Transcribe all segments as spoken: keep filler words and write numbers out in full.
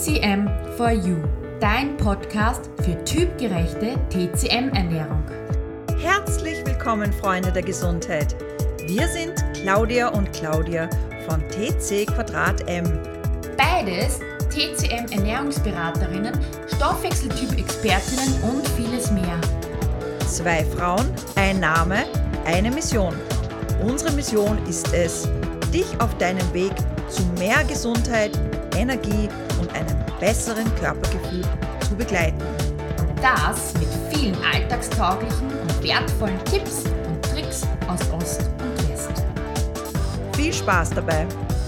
C M for You, dein Podcast für typgerechte T C M-Ernährung. Herzlich willkommen, Freunde der Gesundheit. Wir sind Claudia und Claudia von T C Quadrat M. Beides T C M-Ernährungsberaterinnen, Stoffwechseltyp-Expertinnen und vieles mehr. Zwei Frauen, ein Name, eine Mission. Unsere Mission ist es, dich auf deinem Weg zu mehr Gesundheit, Energie und einem besseren Körpergefühl zu begleiten. Das mit vielen alltagstauglichen und wertvollen Tipps und Tricks aus Ost und West. Viel Spaß dabei!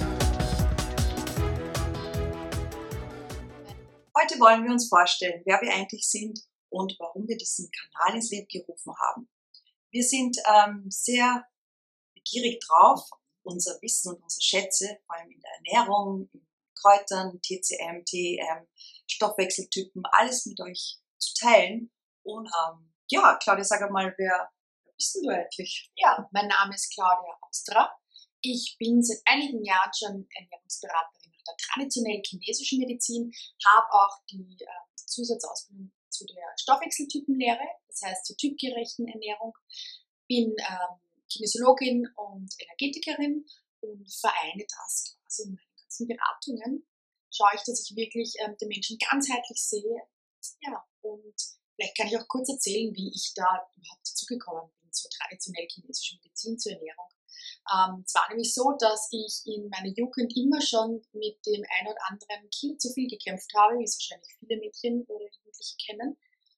Heute wollen wir uns vorstellen, wer wir eigentlich sind und warum wir diesen Kanal ins Leben gerufen haben. Wir sind ähm, sehr begierig drauf, unser Wissen und unsere Schätze, vor allem in der Ernährung, in Kräutern, T C M, T E M, Stoffwechseltypen, alles mit euch zu teilen. Und ähm, ja, Claudia, sag mal, wer, wer bist denn du eigentlich? Ja, mein Name ist Claudia Austra. Ich bin seit einigen Jahren schon Ernährungsberaterin nach der traditionellen chinesischen Medizin, habe auch die äh, Zusatzausbildung zu der Stoffwechseltypenlehre, das heißt zur typgerechten Ernährung, bin ähm, Kinesiologin und Energetikerin und vereine das quasi in meinen ganzen Beratungen. Schaue ich, dass ich wirklich ähm, den Menschen ganzheitlich sehe. Ja, und vielleicht kann ich auch kurz erzählen, wie ich da überhaupt dazugekommen bin zur traditionellen chinesischen Medizin, zur Ernährung. Ähm, es war nämlich so, dass ich in meiner Jugend immer schon mit dem ein oder anderen Kilo zu viel gekämpft habe, wie es wahrscheinlich viele Mädchen oder Jugendliche kennen.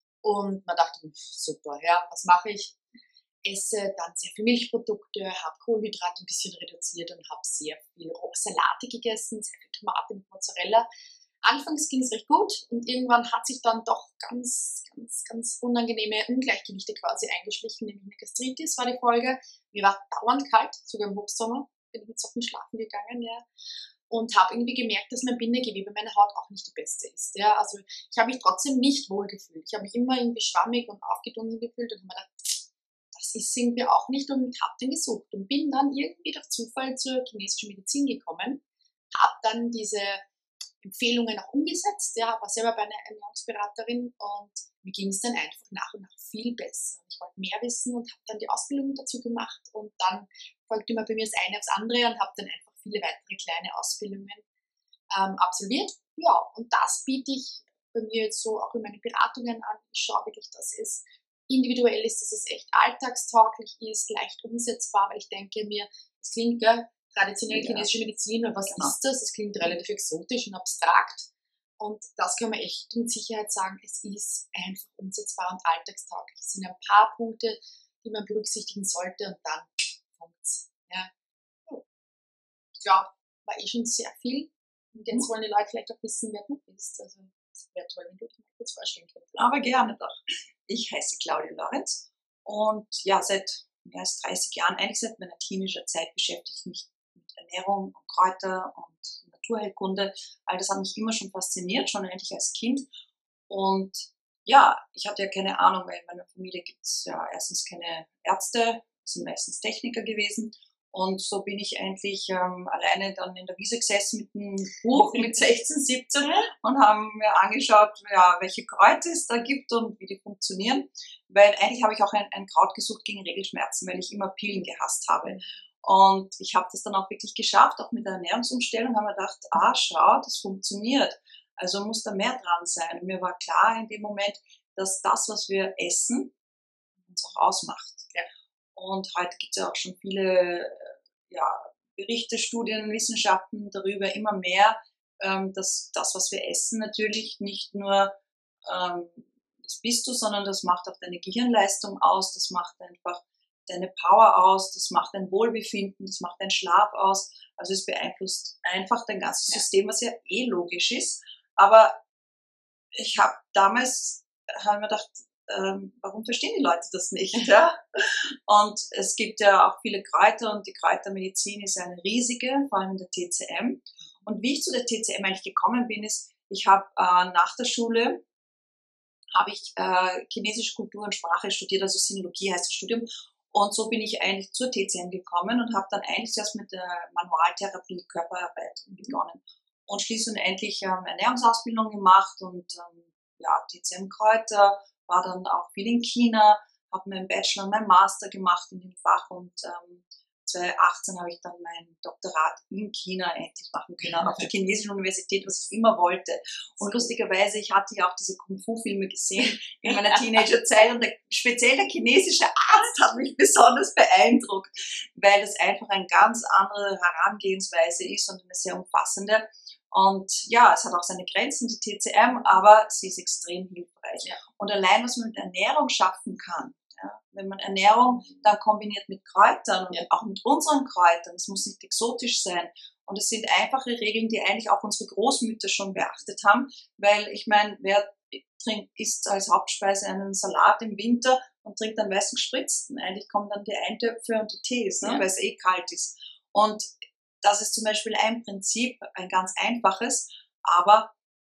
Und man dachte, super, ja, was mache ich? Esse dann sehr viel Milchprodukte, habe Kohlenhydrate ein bisschen reduziert und habe sehr viel rohe Salate gegessen, sehr viel Tomate mit Mozzarella. Anfangs ging es recht gut und irgendwann hat sich dann doch ganz, ganz, ganz unangenehme Ungleichgewichte quasi eingeschlichen, nämlich eine Gastritis war die Folge. Mir war dauernd kalt, sogar im Hochsommer, bin ich mit Socken schlafen gegangen, ja. Und habe irgendwie gemerkt, dass mein Bindegewebe, meine Haut auch nicht die beste ist. Ja. Also ich habe mich trotzdem nicht wohl gefühlt. Ich habe mich immer irgendwie schwammig und aufgedunsen gefühlt und habe mir gedacht, das ist irgendwie auch nicht, und habe den gesucht und bin dann irgendwie durch Zufall zur chinesischen Medizin gekommen, habe dann diese Empfehlungen auch umgesetzt, ja, war selber bei einer Ernährungsberaterin und mir ging es dann einfach nach und nach viel besser. Ich wollte mehr wissen und habe dann die Ausbildung dazu gemacht und dann folgte immer bei mir das eine aufs andere und habe dann einfach viele weitere kleine Ausbildungen ähm, absolviert. Ja, und das biete ich bei mir jetzt so auch in meinen Beratungen an. Ich schaue wirklich, dass es individuell ist, dass es echt alltagstauglich ist, leicht umsetzbar, weil ich denke mir, das klingt, gell, traditionell ja. Chinesische Medizin, und was genau. ist das? Das klingt relativ exotisch und abstrakt. Und das kann man echt mit Sicherheit sagen, es ist einfach umsetzbar und alltagstauglich. Es sind ein paar Punkte, die man berücksichtigen sollte und dann kommt's. Ja. Ich glaube, war eh schon sehr viel. Und jetzt wollen die Leute vielleicht auch wissen, wer du bist. Also es wäre toll, wenn du dich mal kurz vorstellen könntest. Aber gerne doch. Ich heiße Claudia Lorenz und ja, seit mehr als dreißig Jahren, eigentlich seit meiner teenager Zeit, beschäftige ich mich mit Ernährung und Kräuter und Naturheilkunde. All das hat mich immer schon fasziniert, schon eigentlich als Kind. Und ja, ich hatte ja keine Ahnung, weil in meiner Familie gibt es ja erstens keine Ärzte, es sind meistens Techniker gewesen. Und so bin ich eigentlich ähm, alleine dann in der Wiese gesessen mit einem Buch mit sechzehn, siebzehn und haben mir angeschaut, ja, welche Kräuter es da gibt und wie die funktionieren. Weil eigentlich habe ich auch ein, ein Kraut gesucht gegen Regelschmerzen, weil ich immer Pillen gehasst habe. Und ich habe das dann auch wirklich geschafft, auch mit der Ernährungsumstellung, habe mir gedacht, ah, schau, das funktioniert. Also muss da mehr dran sein. Und mir war klar in dem Moment, dass das, was wir essen, uns auch ausmacht. Ja. Und heute gibt es ja auch schon viele ja, Berichte, Studien, Wissenschaften darüber, immer mehr, ähm, dass das, was wir essen, natürlich nicht nur ähm, das bist du, sondern das macht auch deine Gehirnleistung aus, das macht einfach deine Power aus, das macht dein Wohlbefinden, das macht deinen Schlaf aus. Also es beeinflusst einfach dein ganzes System, was ja eh logisch ist. Aber ich habe damals, habe mir gedacht, Ähm, warum verstehen die Leute das nicht? Ja? Und es gibt ja auch viele Kräuter und die Kräutermedizin ist eine riesige, vor allem in der T C M. Und wie ich zu der T C M eigentlich gekommen bin, ist, ich habe äh, nach der Schule habe ich äh, chinesische Kultur und Sprache studiert, also Sinologie heißt das Studium. Und so bin ich eigentlich zur T C M gekommen und habe dann eigentlich erst mit der Manualtherapie, Körperarbeit begonnen. und schlussendlich ähm, Ernährungsausbildung gemacht und ähm, ja, T C M-Kräuter, war dann auch viel in China, habe meinen Bachelor und meinen Master gemacht in dem Fach und ähm, zweitausendachtzehn habe ich dann mein Doktorat in China endlich machen können, auf der chinesischen Universität, was ich immer wollte. Und lustigerweise, ich hatte ja auch diese Kung-Fu-Filme gesehen in meiner Teenagerzeit und der, speziell der chinesische Arzt hat mich besonders beeindruckt, weil es einfach eine ganz andere Herangehensweise ist und eine sehr umfassende. Und ja, es hat auch seine Grenzen, die T C M, aber sie ist extrem hilfreich. Ja. Und allein, was man mit Ernährung schaffen kann, ja, wenn man Ernährung dann kombiniert mit Kräutern und ja. auch mit unseren Kräutern, es muss nicht exotisch sein. Und es sind einfache Regeln, die eigentlich auch unsere Großmütter schon beachtet haben, weil ich meine, wer trinkt, isst als Hauptspeise einen Salat im Winter und trinkt dann weißen gespritzten. Eigentlich kommen dann die Eintöpfe und die Tees, ne, ja. weil es eh kalt ist. Und das ist zum Beispiel ein Prinzip, ein ganz einfaches, aber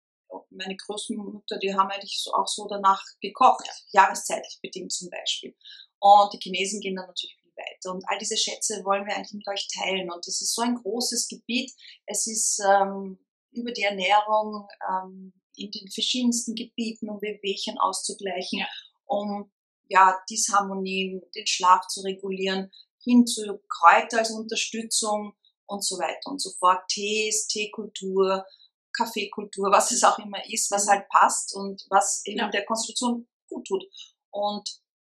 meine Großmutter, die haben eigentlich so, auch so danach gekocht, ja. jahreszeitlich bedingt zum Beispiel. Und die Chinesen gehen dann natürlich viel weiter. Und all diese Schätze wollen wir eigentlich mit euch teilen. Und es ist so ein großes Gebiet. Es ist ähm, über die Ernährung ähm, in den verschiedensten Gebieten, um Wehwehchen auszugleichen, ja. um ja, Disharmonien, den Schlaf zu regulieren, hin zu Kräuter als Unterstützung und so weiter und so fort. Tees, Teekultur, Kaffeekultur, was es auch immer ist, was halt passt und was eben ja. der Konstitution gut tut. Und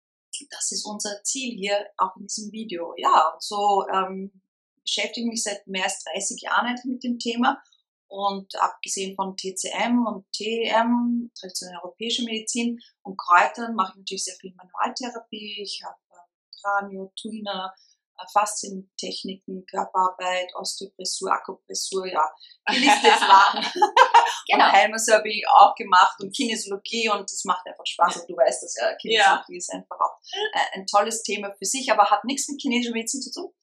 das ist unser Ziel hier auch in diesem Video. Ja, so ähm, beschäftige ich mich seit mehr als dreißig Jahren eigentlich mit dem Thema und abgesehen von T C M und T E M, traditionelle europäische Medizin und Kräutern, mache ich natürlich sehr viel Manualtherapie. Ich habe äh, Kranio, Tuina, Faszientechniken, Körperarbeit, Osteopressur, Akupressur, ja, die Liste ist lang. Genau. Und Heilmasseur habe ich auch gemacht und Kinesiologie und das macht einfach Spaß und du weißt das ja, Kinesiologie ja. ist einfach auch ein tolles Thema für sich, aber hat nichts mit chinesischer Medizin zu tun.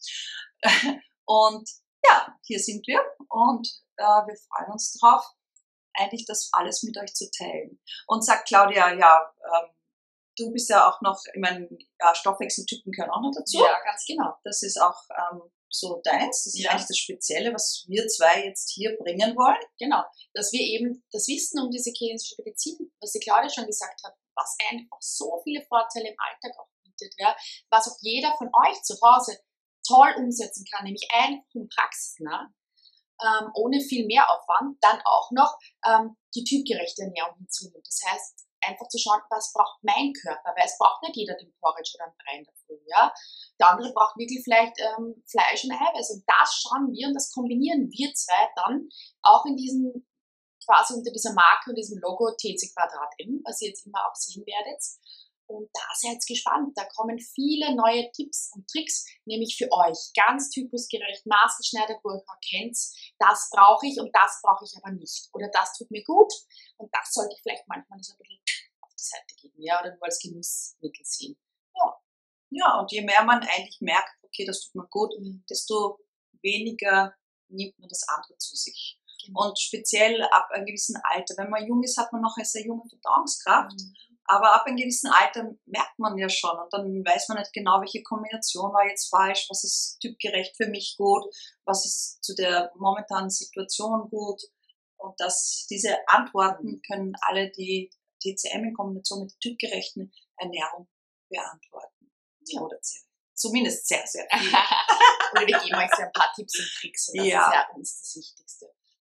Und ja, hier sind wir und äh, wir freuen uns drauf, eigentlich das alles mit euch zu teilen. Und sagt Claudia, ja, ähm, du bist ja auch noch, ich meine, ja, Stoffwechseltypen gehören auch noch dazu. Ja, ganz genau. Das ist auch ähm, so deins. Das ja. ist eigentlich das Spezielle, was wir zwei jetzt hier bringen wollen. Genau, dass wir eben das Wissen um diese chinesische Medizin, was die Claudia schon gesagt hat, was einfach so viele Vorteile im Alltag auch bietet, ja, was auch jeder von euch zu Hause toll umsetzen kann, nämlich einfach und praxisnah, ähm, ohne viel mehr Aufwand, dann auch noch ähm, die typgerechte Ernährung hinzunimmt. Das heißt, einfach zu schauen, was braucht mein Körper, weil es braucht nicht jeder den Porridge oder einen Brei in der Früh, ja. Der andere braucht wirklich vielleicht ähm, Fleisch und Eiweiß und das schauen wir und das kombinieren wir zwei dann auch in diesem, quasi unter dieser Marke und diesem Logo T C Quadrat M, was ihr jetzt immer auch sehen werdet. Und da seid gespannt, da kommen viele neue Tipps und Tricks, nämlich für euch, ganz typusgerecht, maßgeschneidert, wo ihr erkennt, das brauche ich und das brauche ich aber nicht. Oder das tut mir gut und das sollte ich vielleicht manchmal so ein bisschen auf die Seite geben, ja, oder nur als Genussmittel sehen. Ja. Ja, und je mehr man eigentlich merkt, okay, das tut mir gut, mhm. desto weniger nimmt man das andere zu sich. Genau. Und speziell ab einem gewissen Alter, wenn man jung ist, hat man noch eine sehr junge Verdauungskraft. Mhm. Aber ab einem gewissen Alter merkt man ja schon und dann weiß man nicht genau, welche Kombination war jetzt falsch, was ist typgerecht für mich gut, was ist zu der momentanen Situation gut. Und das, diese Antworten können alle die T C M in Kombination mit der typgerechten Ernährung beantworten. Ja. Oder sehr, zumindest sehr, sehr viel. Oder wir geben euch so ein paar Tipps und Tricks und das ja. ist ja uns das Wichtigste.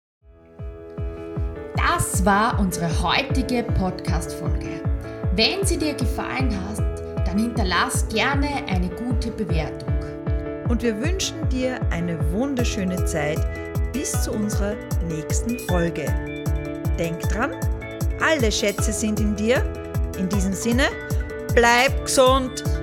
Das war unsere heutige Podcast-Folge. Wenn sie dir gefallen hat, dann hinterlass gerne eine gute Bewertung. Und wir wünschen dir eine wunderschöne Zeit bis zu unserer nächsten Folge. Denk dran, alle Schätze sind in dir. In diesem Sinne, bleib gesund!